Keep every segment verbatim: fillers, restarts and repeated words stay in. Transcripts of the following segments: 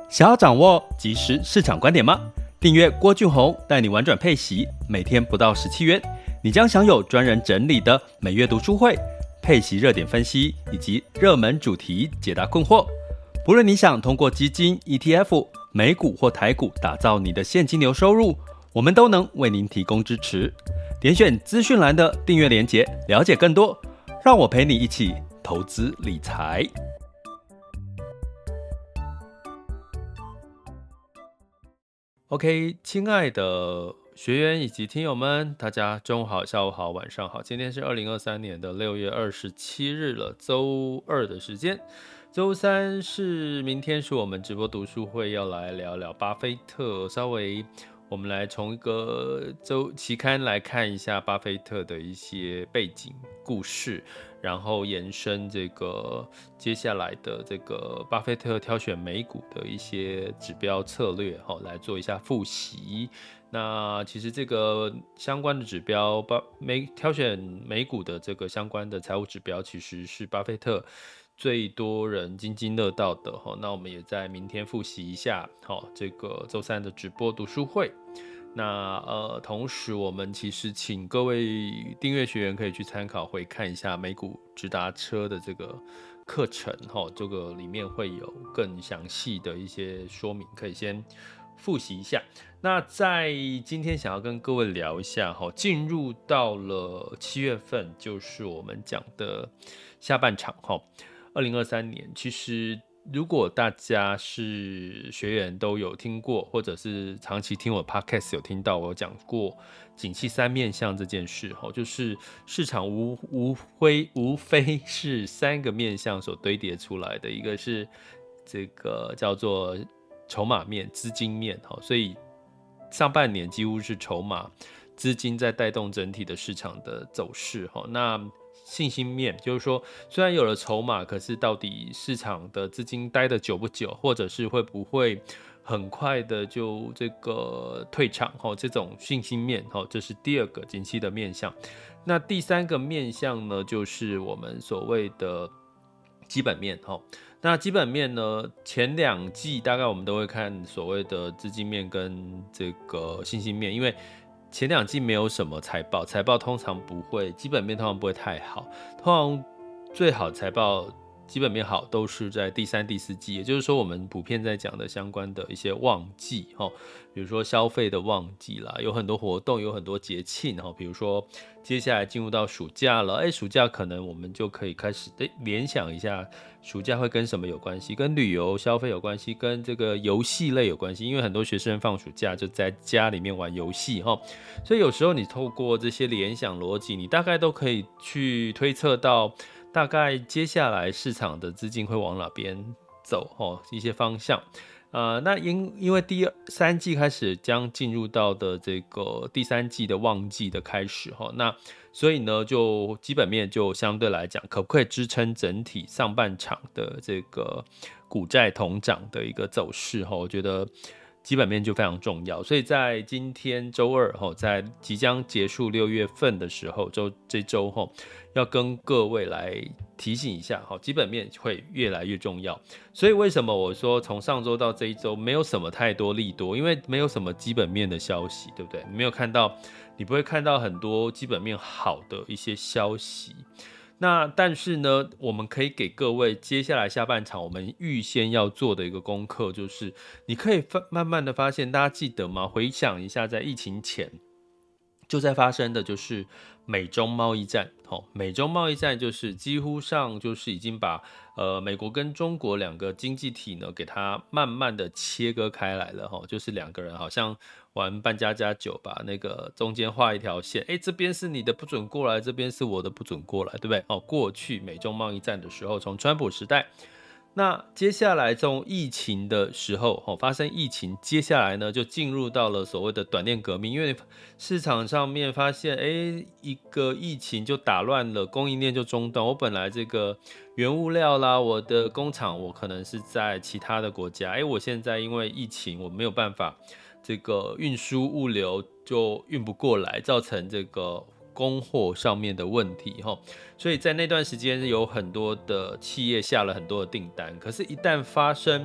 想要掌握即时市场观点吗？订阅郭俊宏带你玩转配息，每天不到十七元，你将享有专人整理的每月读书会、配息热点分析以及热门主题解答困惑。不论你想通过基金、E T F、美股或台股打造你的现金流收入，我们都能为您提供支持。点选资讯栏的订阅连结，了解更多。让我陪你一起投资理财。OK， 亲爱的学员以及听友们，大家中午好、下午好、晚上好。今天是二零二三年的六月二十七日了，周二的时间。周三是明天是我们直播读书会，要来聊聊巴菲特。稍微我们来从一个周期刊来看一下巴菲特的一些背景故事，然后延伸这个接下来的这个巴菲特挑选美股的一些指标策略，来做一下复习。那其实这个相关的指标，美挑选美股的这个相关的财务指标，其实是巴菲特最多人津津乐道的。那我们也在明天复习一下这个周三的直播读书会。那呃，同时我们其实请各位订阅学员可以去参考回看一下美股直达车的这个课程，这个里面会有更详细的一些说明，可以先复习一下。那在今天想要跟各位聊一下，进入到了七月份，就是我们讲的下半场，二零二三年，其实如果大家是学员都有听过，或者是长期听我 podcast 有听到我有讲过景气三面向这件事，就是市场 无, 无, 非无非是三个面向所堆叠出来的，一个是这个叫做筹码面、资金面，所以上半年几乎是筹码、资金在带动整体的市场的走势。那信心面就是说，虽然有了筹码，可是到底市场的资金待得久不久，或者是会不会很快的就这个退场，这种信心面，这是第二个景气的面向。那第三个面向呢，就是我们所谓的基本面。那基本面呢，前两季大概我们都会看所谓的资金面跟这个信心面，因为前两季没有什么财报，财报通常不会，基本面通常不会太好，通常最好财报基本面好都是在第三、第四季，也就是说我们普遍在讲的相关的一些旺季，比如说消费的旺季啦，有很多活动，有很多节庆，比如说接下来进入到暑假了，哎，暑假可能我们就可以开始联想一下，暑假会跟什么有关系？跟旅游消费有关系，跟这个游戏类有关系，因为很多学生放暑假就在家里面玩游戏，所以有时候你透过这些联想逻辑，你大概都可以去推测到大概接下来市场的资金会往哪边走，一些方向。呃，那 因, 因为第三季开始将进入到的这个第三季的旺季的开始，那所以呢，就基本面就相对来讲，可不可以支撑整体上半场的这个股债同涨的一个走势，我觉得基本面就非常重要。所以在今天周二，在即将结束六月份的时候，周这周要跟各位来提醒一下，基本面会越来越重要。所以为什么我说从上周到这一周没有什么太多利多，因为没有什么基本面的消息，对不对？你没有看到，你不会看到很多基本面好的一些消息。那但是呢，我们可以给各位接下来下半场我们预先要做的一个功课，就是你可以慢慢的发现，大家记得吗？回想一下，在疫情前就在发生的就是美中贸易战，美中贸易战就是几乎上就是已经把呃美国跟中国两个经济体呢给它慢慢的切割开来了，就是两个人好像玩扮家家酒，把那个中间画一条线，哎，这边是你的不准过来，这边是我的不准过来，对不对？哦，过去美中贸易战的时候，从川普时代。那接下来从疫情的时候，哦，发生疫情，接下来呢就进入到了所谓的短链革命，因为市场上面发现，哎，一个疫情就打乱了供应链，就中断。我本来这个原物料啦，我的工厂我可能是在其他的国家，哎，我现在因为疫情我没有办法这个运输物流就运不过来，造成这个供货上面的问题，所以在那段时间有很多的企业下了很多的订单，可是一旦发生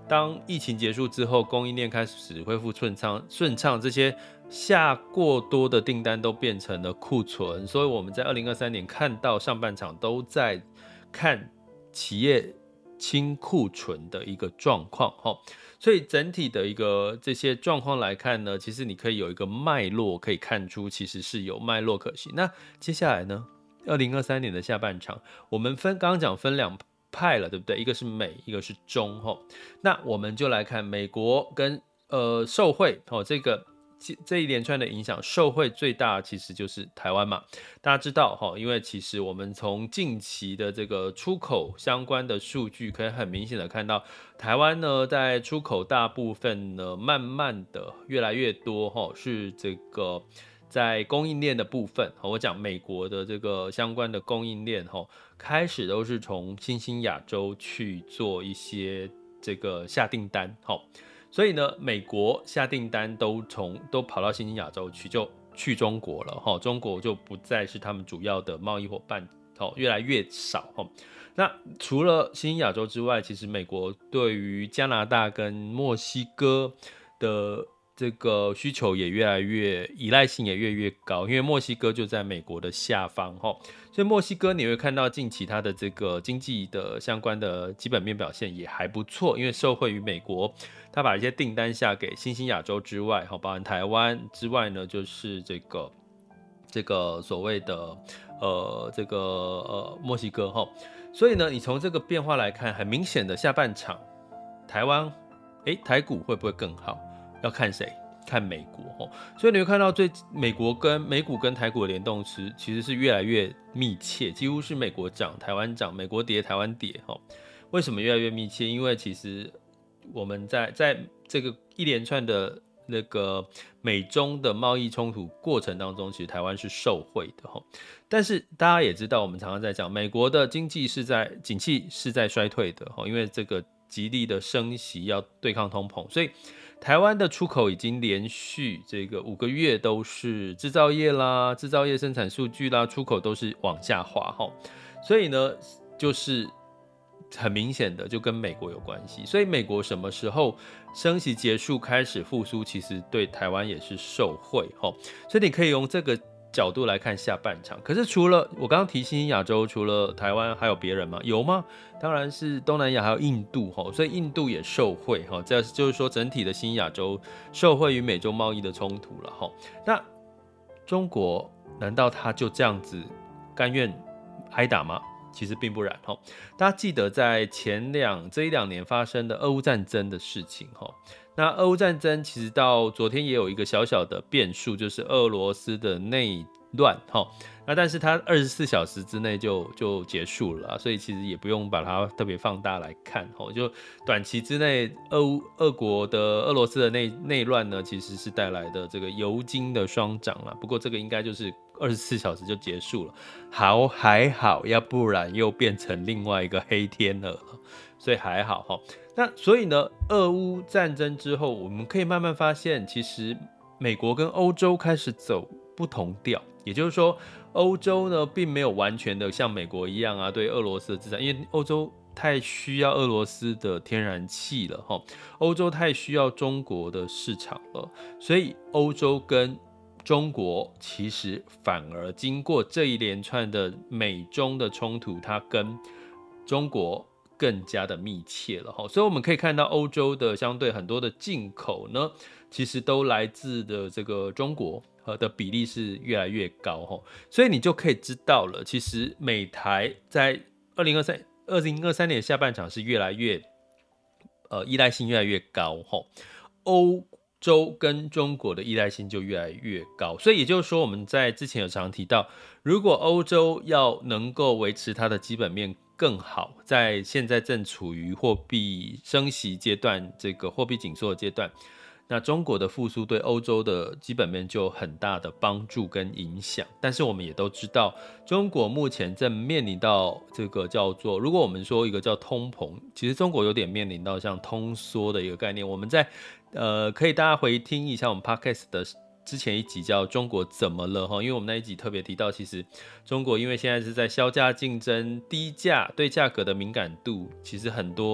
当疫情结束之后，供应链开始恢复顺畅，顺畅这些下过多的订单都变成了库存，所以我们在二零二三年看到上半场都在看企业清库存的一个状况，所以整体的一个这些状况来看呢，其实你可以有一个脉络可以看出，其实是有脉络可循。那接下来呢，二零二三年的下半场，我们分刚刚讲分两派了，对不对？一个是美，一个是中，那我们就来看美国跟呃受惠这个这一连串的影响，受惠最大其实就是台湾嘛。大家知道哈，因为其实我们从近期的这个出口相关的数据，可以很明显的看到，台湾呢在出口大部分呢，慢慢的越来越多哈，是这个在供应链的部分，我讲美国的这个相关的供应链哈，开始都是从新兴亚洲去做一些这个下订单哈。所以呢，美国下订单都从都跑到新兴亚洲去，就去中国了哈，中国就不再是他们主要的贸易伙伴，越来越少哈。那除了新兴亚洲之外，其实美国对于加拿大跟墨西哥的这个需求也越来越依赖性也越来越高，因为墨西哥就在美国的下方哈，所以墨西哥你会看到近期它的这个经济的相关的基本面表现也还不错，因为受惠于美国，它把一些订单下给新兴亚洲之外，包含台湾之外呢，就是这个这个所谓的呃这个呃墨西哥哈，所以呢，你从这个变化来看，很明显的下半场台湾哎台股会不会更好？要看谁？看美国，所以你会看到最美国跟美股跟台股的联动是其实是越来越密切，几乎是美国涨台湾涨，美国跌台湾跌。为什么越来越密切？因为其实我们在在这个一连串的那个美中的贸易冲突过程当中，其实台湾是受惠的。但是大家也知道，我们常常在讲美国的经济是在景气是在衰退的，因为这个极力的升息要对抗通膨，所以台湾的出口已经连续这个五个月都是制造业啦，制造业生产数据啦，出口都是往下滑哈，所以呢，就是很明显的就跟美国有关系。所以美国什么时候升息结束开始复苏，其实对台湾也是受惠哈。所以你可以用这个角度来看下半场。可是除了我刚刚提新兴亚洲，除了台湾还有别人吗？有吗？当然是东南亚还有印度，所以印度也受惠，这就是说整体的新兴亚洲受惠于美洲贸易的冲突了。那中国难道他就这样子甘愿挨打吗？其实并不然。大家记得在前两这一两年发生的俄乌战争的事情，那俄乌战争其实到昨天也有一个小小的变数，就是俄罗斯的内乱，那但是它二十四小时之内就就结束了，所以其实也不用把它特别放大来看，就短期之内俄俄国的俄罗斯的内内乱呢，其实是带来的这个油金的双涨啦，不过这个应该就是二十四小时就结束了，好还好，要不然又变成另外一个黑天鹅了，所以还好哈。那所以呢，俄乌战争之后，我们可以慢慢发现，其实美国跟欧洲开始走不同调，也就是说，欧洲呢并没有完全的像美国一样啊，对俄罗斯的制裁，因为欧洲太需要俄罗斯的天然气了哈，欧洲太需要中国的市场了，所以欧洲跟中国其实反而经过这一连串的美中的冲突，它跟中国更加的密切了，所以我们可以看到欧洲的相对很多的进口呢，其实都来自的这个中国的比例是越来越高，所以你就可以知道了，其实美台在二零二三、二零二三年下半场是越来越呃依赖性越来越高，欧洲跟中国的依赖性就越来越高，所以也就是说，我们在之前有常提到，如果欧洲要能够维持它的基本面更好，在现在正处于货币升息阶段，这个货币紧缩的阶段，那中国的复苏对欧洲的基本面就有很大的帮助跟影响。但是我们也都知道，中国目前正面临到这个叫做，如果我们说一个叫通膨，其实中国有点面临到像通缩的一个概念。我们在呃，可以大家回听一下我们 Podcast 的之前一集叫中国怎么了，因为我们那一集特别提到，其实中国因为现在是在销价竞争，低价对价格的敏感度，其实很多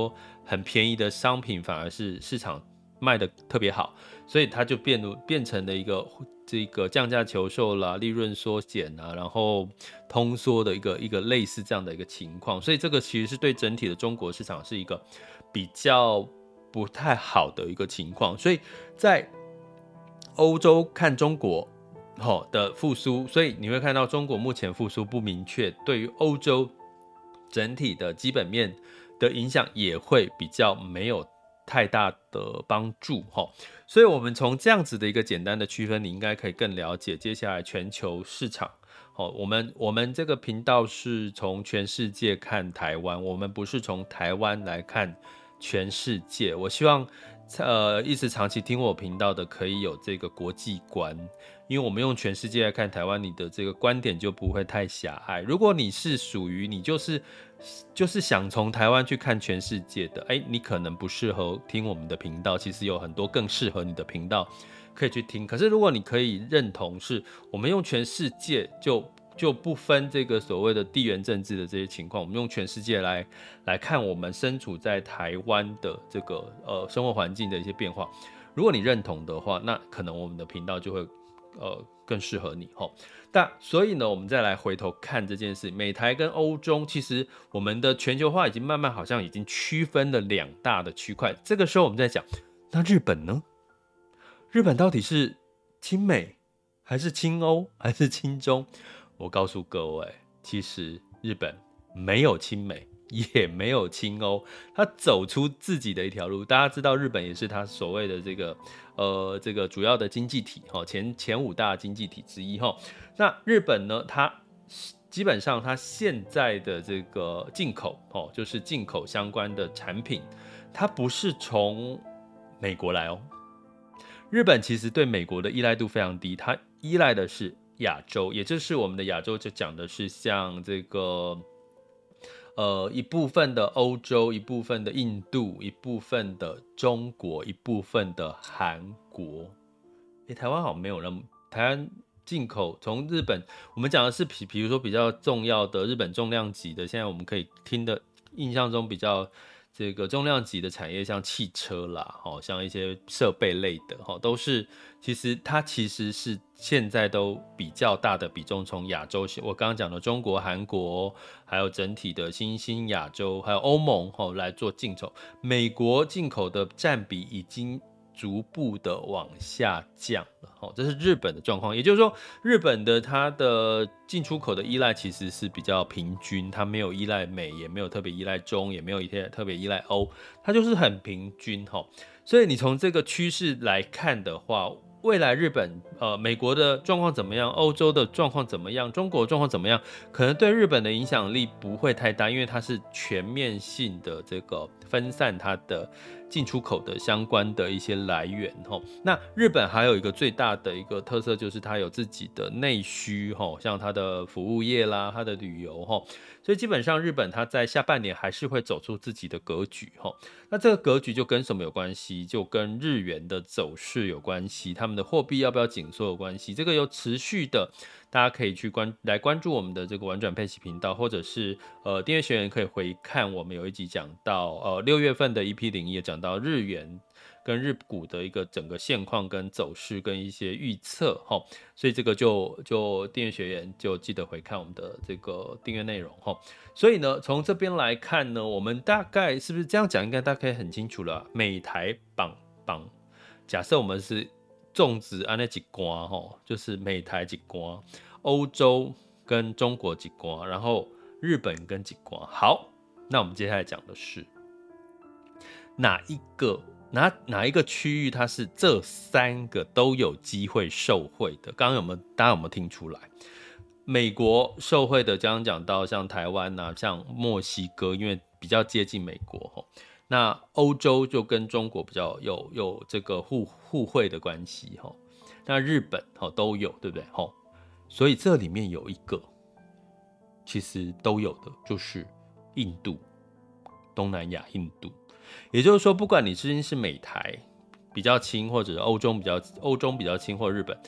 很便宜的商品反而是市场卖的特别好，所以它就 变, 变成了一个这个降价求售啦，利润缩减啊，然后通缩的一个一个类似这样的一个情况，所以这个其实是对整体的中国市场是一个比较不太好的一个情况，所以在欧洲看中国的复苏，所以你会看到中国目前复苏不明确，对于欧洲整体的基本面的影响也会比较没有太大的帮助，所以我们从这样子的一个简单的区分，你应该可以更了解接下来全球市场。我们我们这个频道是从全世界看台湾，我们不是从台湾来看全世界。我希望呃一直长期听我频道的可以有这个国际观，因为我们用全世界来看台湾，你的这个观点就不会太狭隘。如果你是属于你就是就是想从台湾去看全世界的，哎，你可能不适合听我们的频道，其实有很多更适合你的频道可以去听。可是如果你可以认同是我们用全世界就就不分这个所谓的地缘政治的这些情况，我们用全世界来来看我们身处在台湾的这个呃生活环境的一些变化。如果你认同的话，那可能我们的频道就会呃更适合你齁。但所以呢，我们再来回头看这件事，美台跟欧中，其实我们的全球化已经慢慢好像已经区分了两大的区块。这个时候我们在讲，那日本呢？日本到底是亲美还是亲欧还是亲中？我告诉各位，其实日本没有亲美，也没有亲欧，他走出自己的一条路。大家知道，日本也是他所谓的这个呃这个主要的经济体前前五大经济体之一哈。那日本呢，它基本上它现在的这个进口哦，就是进口相关的产品，它不是从美国来哦。日本其实对美国的依赖度非常低，它依赖的是亚洲，也就是我们的亚洲就讲的是像这个呃一部分的欧洲，一部分的印度，一部分的中国，一部分的韩国。诶，台湾好像没有那么，台湾进口从日本，我们讲的是比比如说比较重要的日本重量级的，现在我们可以听的印象中比较这个重量级的产业，像汽车啦，像一些设备类的，都是其实它其实是现在都比较大的比重从亚洲，我刚刚讲的中国、韩国，还有整体的新兴亚洲，还有欧盟来做进口，美国进口的占比已经逐步的往下降了，这是日本的状况。也就是说，日本的它的进出口的依赖其实是比较平均，它没有依赖美，也没有特别依赖中，也没有特别依赖欧，它就是很平均。所以你从这个趋势来看的话，未来日本、呃、美国的状况怎么样，欧洲的状况怎么样，中国的状况怎么样，可能对日本的影响力不会太大，因为它是全面性的这个分散它的进出口的相关的一些来源。那日本还有一个最大的一个特色，就是它有自己的内需，像它的服务业啦，它的旅游，所以基本上日本它在下半年还是会走出自己的格局。那这个格局就跟什么有关系？就跟日元的走势有关系，他们的货币要不要紧缩有关系。这个有持续的，大家可以去关来关注我们的这个玩转配息频道，或者是呃订阅学员可以回看我们有一集讲到呃六月份的 E P 零 也讲到日元跟日股的一个整个现况跟走势跟一些预测，所以这个就就订阅学员就记得回看我们的这个订阅内容。所以呢，从这边来看呢，我们大概是不是这样讲，应该大家可以很清楚了。美台绑绑，假设我们是粽子按那几瓜，就是美台几瓜，欧洲跟中国几瓜，然后日本跟几瓜。好，那我们接下来讲的是哪一个哪哪一个区域，它是这三个都有机会受惠的？刚刚有没有大家有没有听出来？美国受惠的，刚刚讲到像台湾啊，像墨西哥，因为比较接近美国。那欧洲就跟中国比较有有这个互互惠的关系。那日本都有，对不对？所以这里面有一个其实都有的，就是印度，东南亚印度。也就是说，不管你之前是美台比较亲，或者欧中比较欧中比较亲，或日本，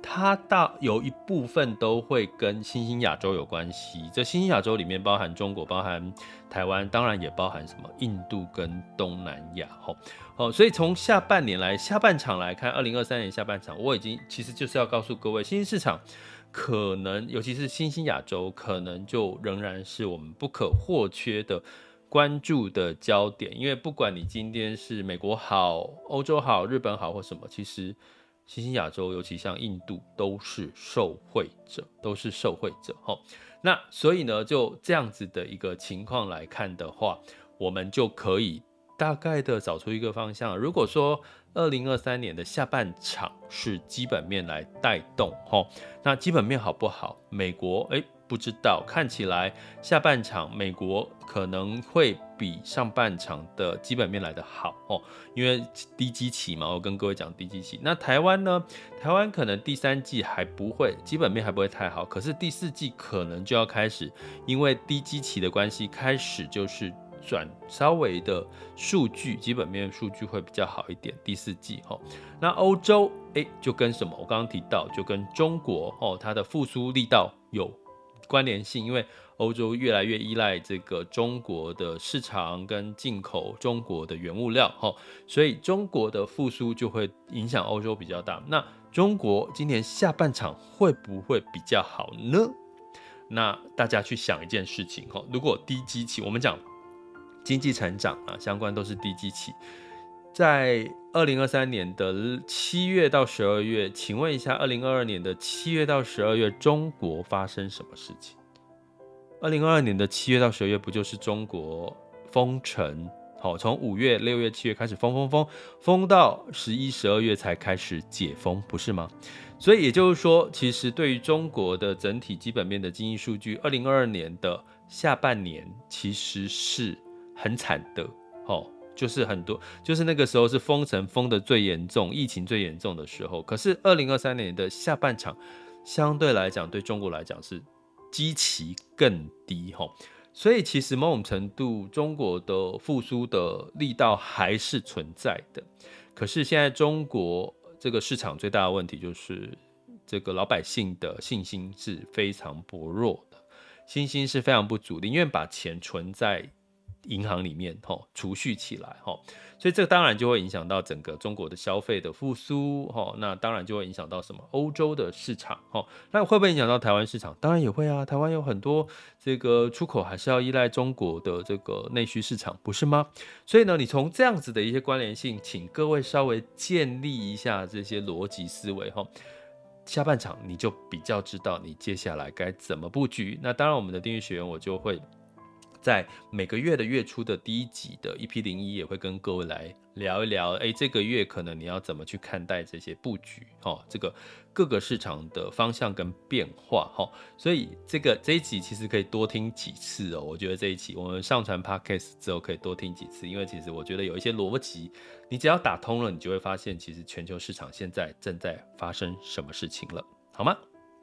它大有一部分都会跟新兴亚洲有关系。这新兴亚洲里面包含中国，包含台湾，当然也包含什么印度跟东南亚。哦，所以从下半年来，下半场来看，二零二三年下半场，我已经其实就是要告诉各位，新兴市场可能，尤其是新兴亚洲，可能就仍然是我们不可或缺的关注的焦点。因为不管你今天是美国好、欧洲好、日本好或什么，其实新兴亚洲，尤其像印度，都是受惠者，都是受惠者。那所以呢，就这样子的一个情况来看的话，我们就可以大概的找出一个方向。如果说二零二三年的下半场是基本面来带动，那基本面好不好？美国哎。不知道，看起来下半场美国可能会比上半场的基本面来得好哦，因为低基期嘛，我跟各位讲低基期。那台湾呢？台湾可能第三季还不会，基本面还不会太好，可是第四季可能就要开始，因为低基期的关系，开始就是转稍微的数据，基本面数据会比较好一点。第四季哈，那欧洲哎就跟什么？我刚刚提到，就跟中国哦，它的复苏力道有关联性，因为欧洲越来越依赖这个中国的市场跟进口中国的原物料，所以中国的复苏就会影响欧洲比较大。那中国今年下半场会不会比较好呢？那大家去想一件事情，如果低基期，我们讲经济成长啊，相关都是低基期。在二零二三年的七月到十二月，请问一下，二零二二年的七月到十二月，中国发生什么事情？二零二二年的七月到十二月，不就是中国封城？好，从五月、六月、七月开始封封封，封到十一、十二月才开始解封，不是吗？所以也就是说，其实对于中国的整体基本面的经济数据，二零二二年的下半年其实是很惨的，哦。就是很多，就是那个时候是封城封的最严重，疫情最严重的时候。可是二零二三年的下半场，相对来讲，对中国来讲是基期更低，所以其实某种程度，中国的复苏的力道还是存在的。可是现在中国这个市场最大的问题就是，这个老百姓的信心是非常薄弱的，信心是非常不足的，因为把钱存在银行里面储蓄起来，所以这当然就会影响到整个中国的消费的复苏，那当然就会影响到什么欧洲的市场，那会不会影响到台湾市场？当然也会啊，台湾有很多这个出口还是要依赖中国的这个内需市场，不是吗？所以呢，你从这样子的一些关联性，请各位稍微建立一下这些逻辑思维，下半场你就比较知道你接下来该怎么布局。那当然我们的订阅学员我就会在每个月的月初的第一集的 E P 零一 也会跟各位来聊一聊，哎，这个月可能你要怎么去看待这些布局，哦，这个各个市场的方向跟变化，哦，所以这个这一集其实可以多听几次哦。我觉得这一集我们上传 Podcast 之后可以多听几次，因为其实我觉得有一些逻辑，你只要打通了，你就会发现其实全球市场现在正在发生什么事情了，好吗？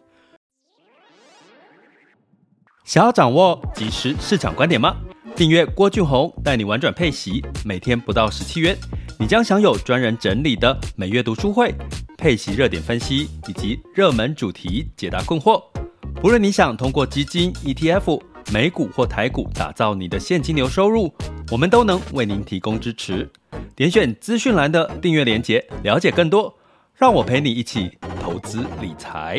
想要掌握即时市场观点吗？订阅郭俊宏带你玩转配息，每天不到十七元，你将享有专人整理的每月读书会、配息热点分析以及热门主题解答困惑。不论你想通过基金、E T F、美股或台股打造你的现金流收入，我们都能为您提供支持。点选资讯栏的订阅连结，了解更多。让我陪你一起投资理财。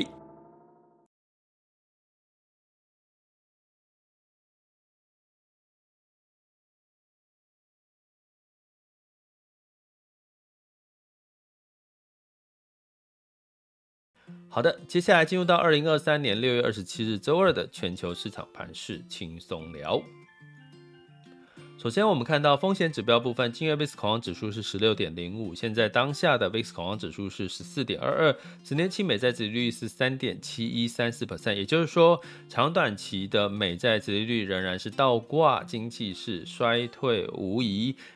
好的，接下来进入到二零二三年六月二十七日周二的全球市场盘势轻松聊。首先我们看到风险指标部分，今日 V I X 恐慌指数是 十六点零五， 现在当下的 V I X 恐慌指数是 十四点二二， 十年期美债殖利率是 三点七一三四 percent， 也就是说长短期的美债殖利率仍然是倒挂，经济是衰退无疑。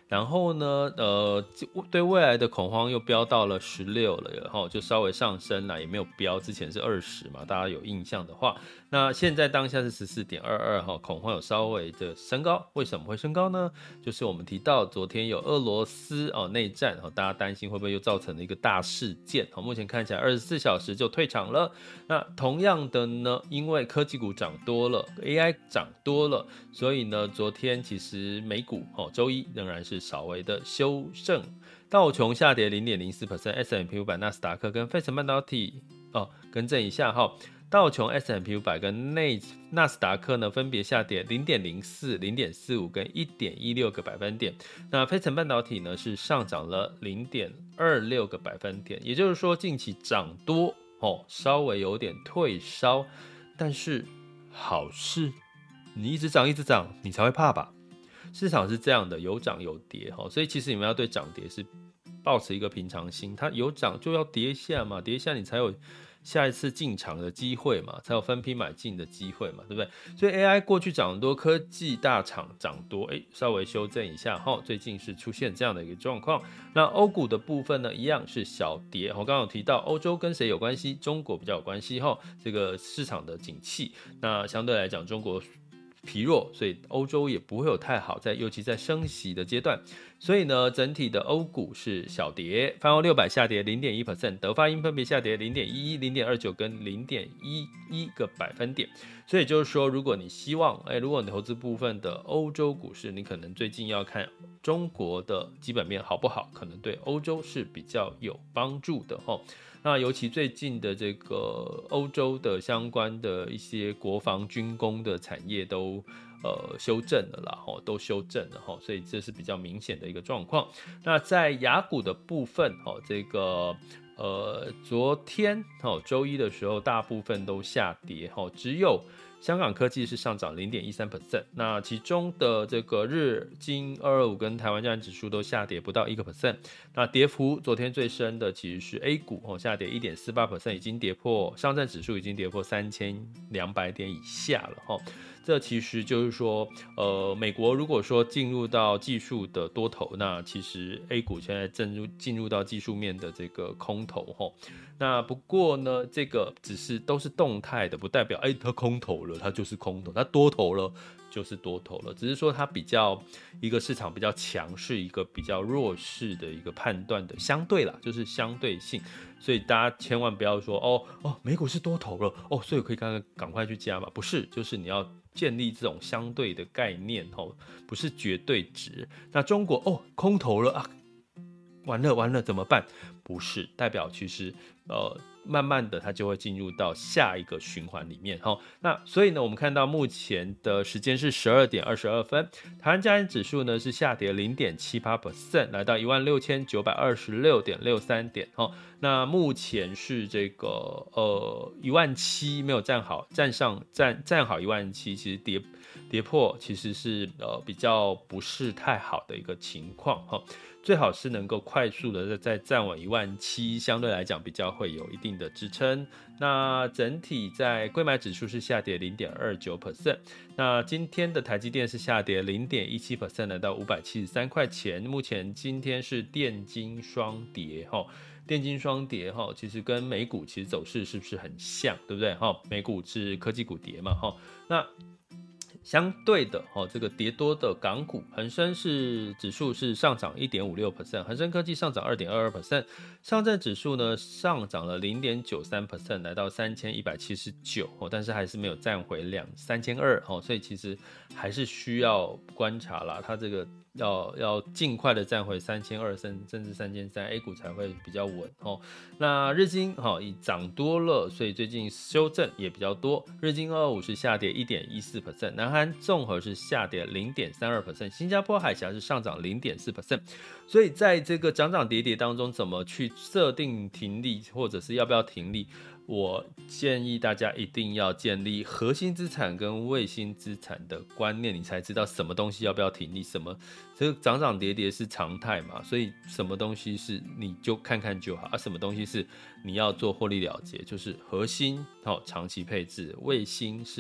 然后呢，呃，对未来的恐慌又飙到了十六了，然后就稍微上升了，也没有飙，之前是二十嘛，大家有印象的话，那现在当下是十四点二二哈，恐慌有稍微的升高，为什么会升高呢？就是我们提到昨天有俄罗斯哦内战，大家担心会不会又造成了一个大事件，目前看起来二十四小时就退场了。那同样的呢，因为科技股涨多了 ，A I 涨多了，所以呢，昨天其实美股哦周一仍然是稍微的修正，道琼下跌 百分之零点零四 ，S and P 五百、纳斯达克跟费城半导体哦更正一下哈。道琼 S and P 五百 跟内纳斯达克呢，分别下跌 零点零四、零点四五跟 一点一六 个百分点。那费城半导体呢是上涨了 零点二六 个百分点，也就是说近期涨多哦，稍微有点退烧，但是好事，你一直涨一直涨，你才会怕吧？市场是这样的，有涨有跌哈，所以其实你们要对涨跌是抱持一个平常心，它有涨就要跌一下嘛，跌一下你才有下一次进场的机会嘛，才有分批买进的机会嘛，对不对？所以 A I 过去涨多，科技大厂涨多，哎，稍微修正一下哈。最近是出现这样的一个状况。那欧股的部分呢，一样是小跌。我刚刚有提到欧洲跟谁有关系？中国比较有关系哈。这个市场的景气，那相对来讲，中国疲弱，所以欧洲也不会有太好，在尤其在升息的阶段，所以呢，整体的欧股是小跌，泛欧六百下跌 百分之零点一， 德法英分别下跌 零点一一、零点二九 跟 零点一一 个百分点。所以就是说，如果你希望，哎，如果你投资部分的欧洲股市，你可能最近要看中国的基本面好不好，可能对欧洲是比较有帮助的齁。那尤其最近的这个欧洲的相关的一些国防军工的产业都呃修正了啦，齁，都修正了齁，所以这是比较明显的一个状况。那在亚股的部分，齁，这个呃昨天齁周一的时候，大部分都下跌，齁，只有香港科技是上涨 百分之零点一三， 那其中的这个日经二二五跟台湾加权指数都下跌不到 百分之一， 那跌幅昨天最深的其实是 A 股、哦、下跌 百分之一点四八， 已经跌破上证指数已经跌破三千两百点以下了、哦、这其实就是说呃，美国如果说进入到技术的多头，那其实 A 股现在正入进入到技术面的这个空头、哦、那不过呢这个只是都是动态的，不代表哎它空头了它就是空头，它多头了就是多头了，只是说它比较一个市场比较强势，一个比较弱势的一个判断的相对啦，就是相对性，所以大家千万不要说哦哦美股是多头了哦，所以可以赶赶快去加嘛，不是，就是你要建立这种相对的概念哦，不是绝对值。那中国哦空头了啊，完了完了怎么办？不是，代表其实呃慢慢的它就会进入到下一个循环里面、哦、那所以呢我们看到目前的时间是十二点二十二分，台湾加权指数呢是下跌 百分之零点七八， 来到 一万六千九百二十六点六三 点、哦、那目前是这个呃一万七没有站好，站上站站好一万七，其实跌跌破其实是呃比较不是太好的一个情况、哦，最好是能够快速的再站稳一万七，相对来讲比较会有一定的支撑。那整体在柜买指数是下跌 百分之零点二九， 那今天的台积电是下跌 百分之零点一七， 来到五百七十三块钱。目前今天是电金双跌，电金双跌其实跟美股其实走势是不是很像，对不对？美股是科技股跌嘛，那相对的、哦、这个跌多的港股，恒生是指数是上涨 百分之一点五六， 恒生科技上涨 百分之二点二二， 上证指数呢上涨了 百分之零点九三， 来到三千一百七十九、哦、但是还是没有站回两三千二、哦、所以其实还是需要观察啦，它这个要要尽快的站回三千二甚至三千三 A 股才会比较稳、哦、那日经、哦、已涨多了，所以最近修正也比较多，日经二二五是下跌 百分之一点一四， 南韩综合是下跌 百分之零点三二， 新加坡海峡是上涨 百分之零点四， 所以在这个涨涨跌跌当中，怎么去设定停利或者是要不要停利，我建议大家一定要建立核心资产跟卫星资产的观念，你才知道什么东西要不要停利，什么这个涨涨跌跌是常态嘛，所以什么东西是你就看看就好啊，什么东西是你要做获利了结，就是核心、哦、长期配置，卫星是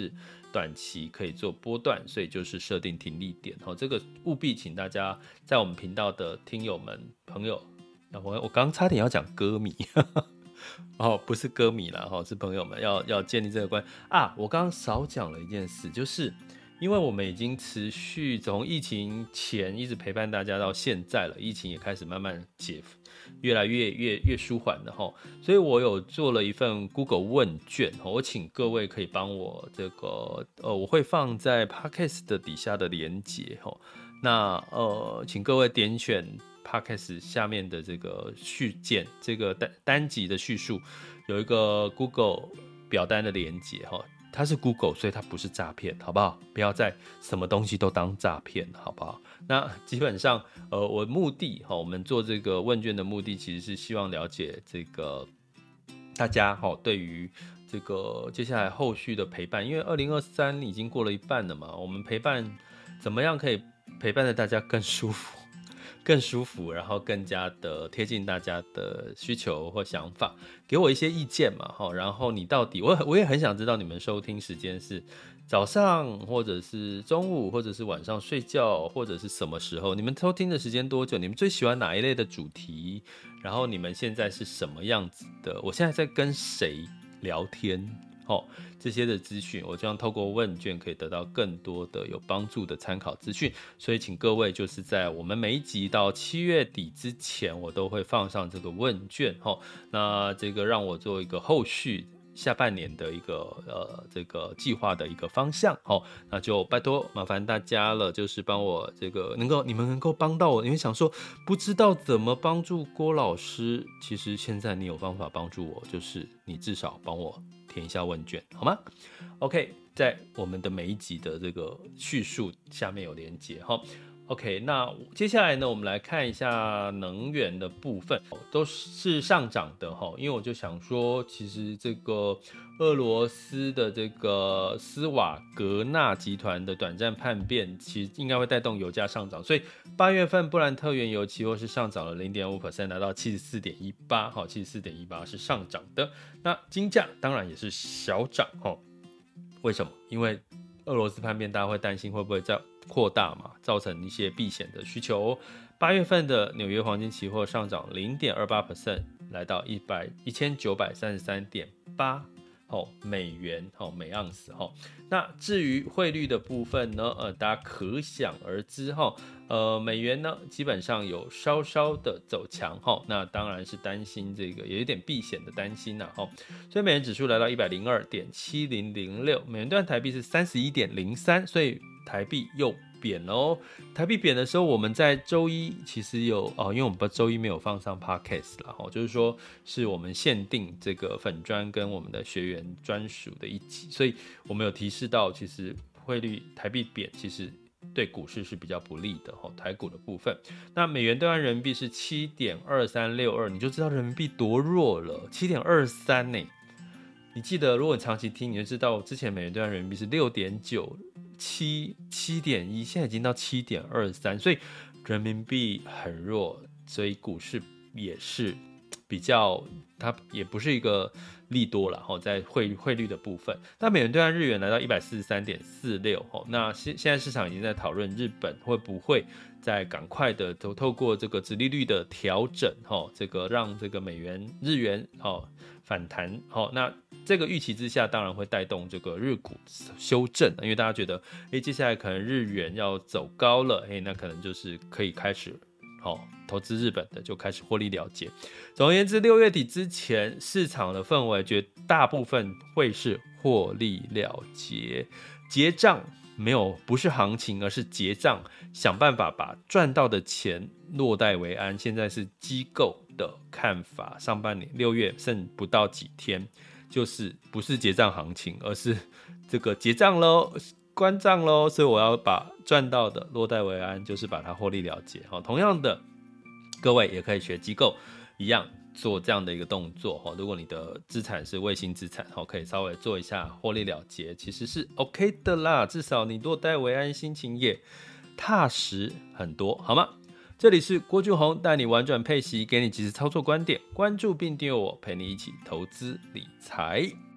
短期可以做波段，所以就是设定停利点。哦，这个务必请大家在我们频道的听友们朋友，我我刚差点要讲歌迷。哦，不是歌迷啦，是朋友们要要建立这个关啊。我刚刚少讲了一件事，就是因为我们已经持续从疫情前一直陪伴大家到现在了，疫情也开始慢慢解，越来越越越舒缓了哈。所以我有做了一份 Google 问卷，我请各位可以帮我这个呃，我会放在 Podcast 的底下的连结哈。那呃，请各位点选 Podcast 下面的这个序键，这个单单集的叙述有一个 Google 表单的连结哈，它是 Google， 所以它不是诈骗，好不好？不要再什么东西都当诈骗，好不好？那基本上呃，我目的哈，我们做这个问卷的目的其实是希望了解这个大家哈对于这个接下来后续的陪伴，因为二零二三已经过了一半了嘛，我们陪伴怎么样可以陪伴的大家更舒服，更舒服，然后更加的贴近大家的需求或想法，给我一些意见嘛，然后你到底，我我也很想知道你们收听时间是早上，或者是中午，或者是晚上睡觉，或者是什么时候？你们收听的时间多久？你们最喜欢哪一类的主题？然后你们现在是什么样子的？我现在在跟谁聊天？哦，这些的资讯，我希望透过问卷可以得到更多的有帮助的参考资讯，所以请各位就是在我们每一集到七月底之前，我都会放上这个问卷，哦，那这个让我做一个后续下半年的一个呃这个计划的一个方向，哦，那就拜托麻烦大家了，就是帮我这个能够你们能够帮到我，你们想说不知道怎么帮助郭老师，其实现在你有方法帮助我，就是你至少帮我填一下问卷，好吗 ？OK， 在我们的每一集的这个叙述下面有连结哈。OK， 那接下来呢，我们来看一下能源的部分，都是上涨的哈。因为我就想说，其实这个俄罗斯的这个斯瓦格纳集团的短暂叛变，其实应该会带动油价上涨，所以八月份布兰特原油期货是上涨了 百分之零点五， 来到 七十四点一八， 七十四点一八 是上涨的。那金价当然也是小涨，为什么？因为俄罗斯叛变，大家会担心会不会再扩大嘛，造成一些避险的需求。八月份的纽约黄金期货上涨 百分之零点二八， 来到一千九百三十三点八美元每盎司。那至于汇率的部分呢，呃，大家可想而知，呃，美元呢基本上有稍稍的走强，那当然是担心这个有一点避险的担心啦，所以美元指数来到 一百零二点七零零六， 美元兑换台币是 三十一点零三， 所以台币又贬了哦。台币贬的时候，我们在周一其实有哦，因为我们周一没有放上 podcast 啦，就是说是我们限定这个粉专跟我们的学员专属的一集，所以我们有提示到，其实汇率台币贬，其实对股市是比较不利的，台股的部分。那美元兑换人民币是 七点二三六二， 你就知道人民币多弱了， 七点二三 呢。你记得如果你长期听，你就知道之前美元兑换人民币是 六点九七 七点一， 现在已经到 七点二三， 所以人民币很弱，所以股市也是比较，它也不是一个利多啦，在汇汇率的部分。那美元兑换日元来到 一百四十三点四六， 那现在市场已经在讨论日本会不会再赶快的透过这个殖利率的调整，这个让这个美元日元反弹，那这个预期之下当然会带动这个日股修正，因为大家觉得诶接下来可能日元要走高了，诶那可能就是可以开始投资日本的就开始获利了结。总而言之，六月底之前市场的氛围绝大部分会是获利了结，结账没有，不是行情，而是结账，想办法把赚到的钱落袋为安。现在是机构的看法，上半年六月剩不到几天，就是不是结账行情，而是这个结账咯，关账咯，所以我要把赚到的落袋为安，就是把它获利了结。同样的，各位也可以学机构一样做这样的一个动作，如果你的资产是卫星资产，可以稍微做一下获利了结，其实是 OK 的啦，至少你落袋为安，心情也踏实很多，好吗？这里是郭俊宏，带你玩转配息，给你及时操作观点，关注并订阅我，陪你一起投资理财。